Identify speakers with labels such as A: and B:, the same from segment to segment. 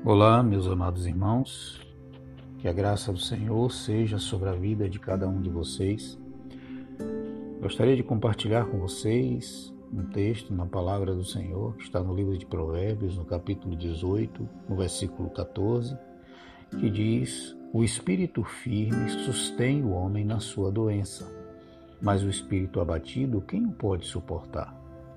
A: Olá, meus amados irmãos, que a graça do Senhor seja sobre a vida de cada um de vocês. Gostaria de compartilhar com vocês um texto na palavra do Senhor, que está no livro de Provérbios, no capítulo 18, no versículo 14, que diz: "O espírito firme sustém o homem na sua doença, mas o espírito abatido, quem o pode suportar?"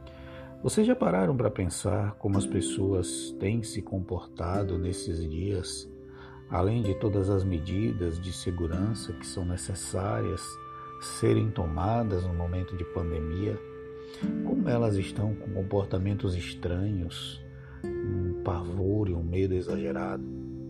A: Vocês já pararam para pensar como as pessoas têm se comportado nesses dias, além de todas as medidas de segurança que são necessárias serem tomadas no momento de pandemia? Como elas estão com comportamentos estranhos, um pavor e um medo exagerado?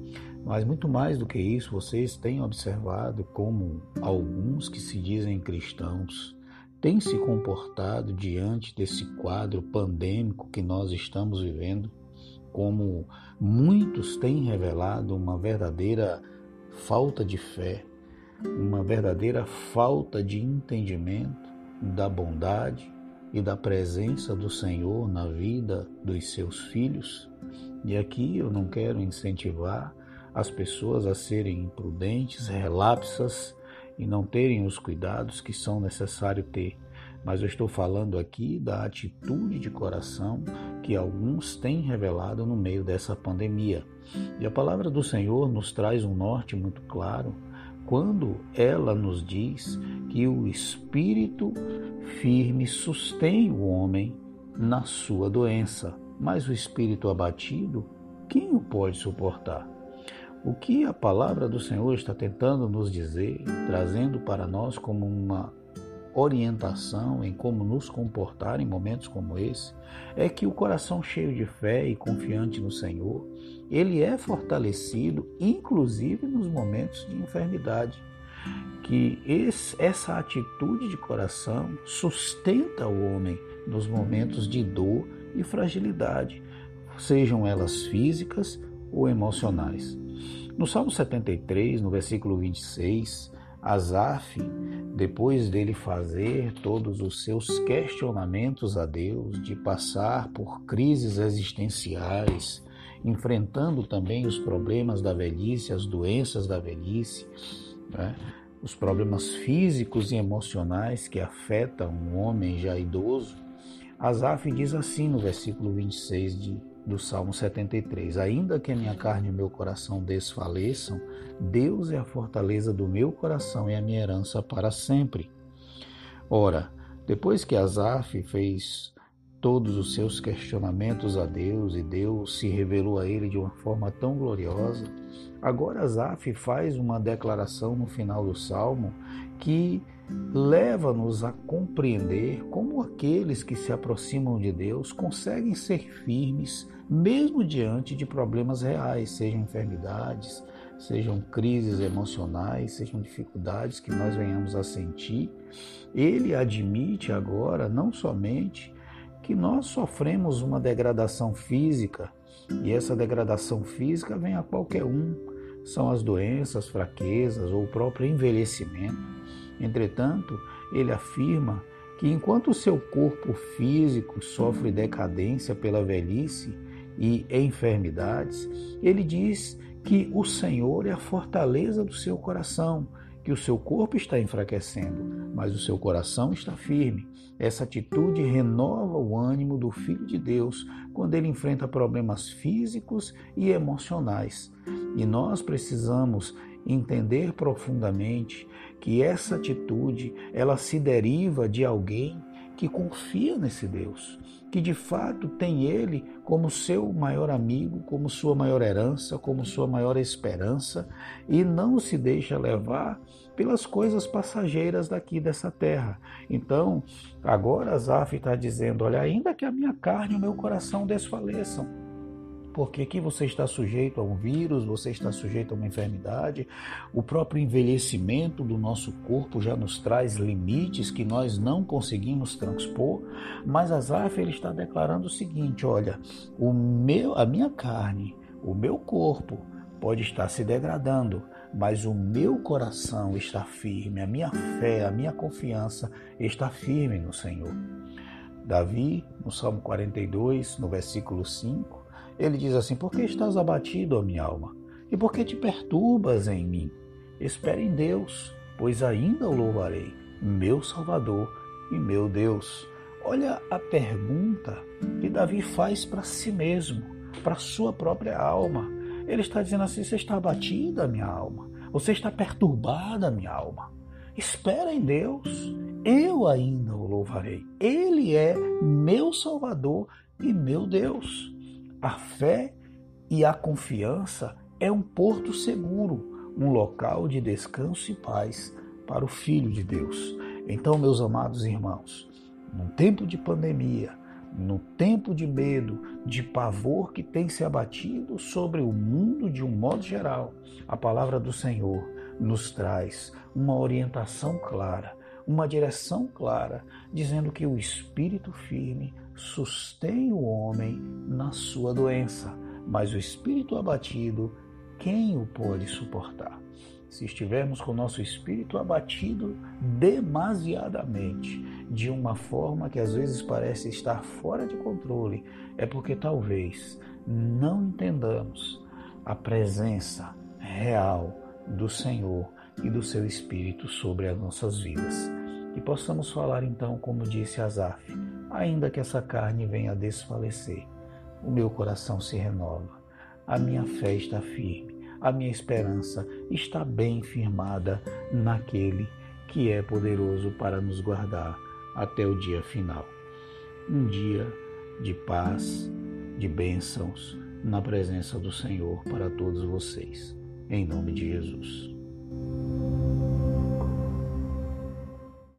A: Mas muito mais do que isso, vocês têm observado como alguns que se dizem cristãos têm se comportado diante desse quadro pandêmico que nós estamos vivendo, como muitos têm revelado uma verdadeira falta de fé, uma verdadeira falta de entendimento da bondade e da presença do Senhor na vida dos seus filhos. E aqui eu não quero incentivar as pessoas a serem imprudentes, relapsas e não terem os cuidados que são necessários ter. Mas eu estou falando aqui da atitude de coração que alguns têm revelado no meio dessa pandemia. E a palavra do Senhor nos traz um norte muito claro quando ela nos diz que o espírito firme sustém o homem na sua doença, mas o espírito abatido, quem o pode suportar? O que a palavra do Senhor está tentando nos dizer, trazendo para nós como uma orientação em como nos comportar em momentos como esse, é que o coração cheio de fé e confiante no Senhor, ele é fortalecido, inclusive nos momentos de enfermidade. Que essa atitude de coração sustenta o homem nos momentos de dor e fragilidade, sejam elas físicas ou emocionais. No Salmo 73, no versículo 26, Asaf, depois dele fazer todos os seus questionamentos a Deus, de passar por crises existenciais, enfrentando também os problemas da velhice, as doenças da velhice, né? Os problemas físicos e emocionais que afetam um homem já idoso, Asaf diz assim no versículo 26 do Salmo 73, "Ainda que a minha carne e o meu coração desfaleçam, Deus é a fortaleza do meu coração e a minha herança para sempre." Ora, depois que Asaf fez todos os seus questionamentos a Deus e Deus se revelou a ele de uma forma tão gloriosa, agora Asaf faz uma declaração no final do Salmo que leva-nos a compreender como aqueles que se aproximam de Deus conseguem ser firmes mesmo diante de problemas reais, sejam enfermidades, sejam crises emocionais, sejam dificuldades que nós venhamos a sentir. Ele admite agora não somente que nós sofremos uma degradação física, e essa degradação física vem a qualquer um, são as doenças, fraquezas ou o próprio envelhecimento. Entretanto, ele afirma que enquanto o seu corpo físico sofre decadência pela velhice e enfermidades, ele diz que o Senhor é a fortaleza do seu coração, que o seu corpo está enfraquecendo, mas o seu coração está firme. Essa atitude renova o ânimo do Filho de Deus quando ele enfrenta problemas físicos e emocionais. E nós precisamos entender profundamente que essa atitude, ela se deriva de alguém que confia nesse Deus, que de fato tem Ele como seu maior amigo, como sua maior herança, como sua maior esperança, e não se deixa levar pelas coisas passageiras daqui dessa terra. Então, agora Asaf está dizendo, olha, ainda que a minha carne e o meu coração desfaleçam, porque aqui você está sujeito a um vírus, você está sujeito a uma enfermidade, o próprio envelhecimento do nosso corpo já nos traz limites que nós não conseguimos transpor, mas Asaf ele está declarando o seguinte, olha, a minha carne, o meu corpo pode estar se degradando, mas o meu coração está firme, a minha fé, a minha confiança está firme no Senhor. Davi, no Salmo 42, no versículo 5, Ele diz assim: por que estás abatido, ó minha alma? E por que te perturbas em mim? Espere em Deus, pois ainda o louvarei, meu Salvador e meu Deus. Olha a pergunta que Davi faz para si mesmo, para a sua própria alma. Ele está dizendo assim: você está abatida, minha alma? Você está perturbada, minha alma? Espera em Deus, eu ainda o louvarei. Ele é meu Salvador e meu Deus. A fé e a confiança é um porto seguro, um local de descanso e paz para o Filho de Deus. Então, meus amados irmãos, num tempo de pandemia, no tempo de medo, de pavor que tem se abatido sobre o mundo de um modo geral, a palavra do Senhor nos traz uma orientação clara, uma direção clara, dizendo que o espírito firme sustém o homem na sua doença, mas o espírito abatido, quem o pode suportar? Se estivermos com o nosso espírito abatido demasiadamente, de uma forma que às vezes parece estar fora de controle, é porque talvez não entendamos a presença real do Senhor e do seu Espírito sobre as nossas vidas. E possamos falar então, como disse Asaf: ainda que essa carne venha a desfalecer, o meu coração se renova, a minha fé está firme, a minha esperança está bem firmada naquele que é poderoso para nos guardar até o dia final. Um dia de paz, de bênçãos na presença do Senhor para todos vocês. Em nome de Jesus.